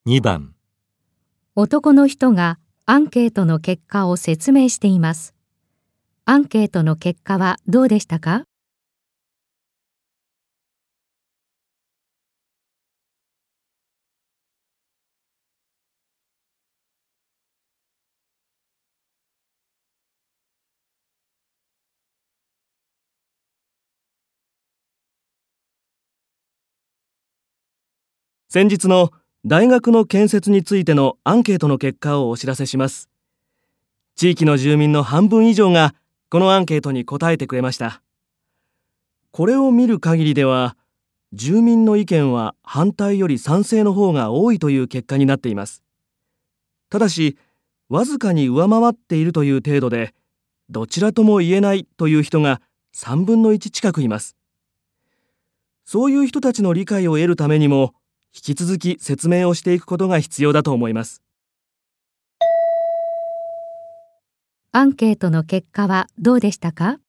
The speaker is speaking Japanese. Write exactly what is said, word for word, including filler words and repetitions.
にばん、 男の人がアンケートの結果を説明しています。アンケートの結果はどうでしたか？ 先日の大学の建設についてのアンケートの結果をお知らせします。地域の住民の半分以上がこのアンケートに答えてくれました。これを見る限りでは、住民の意見は反対より賛成の方が多いという結果になっています。ただし、わずかに上回っているという程度で、どちらとも言えないという人がさんぶんのいち近くいます。そういう人たちの理解を得るためにも、引き続き説明をしていくことが必要だと思います。 アンケートの結果はどうでしたか？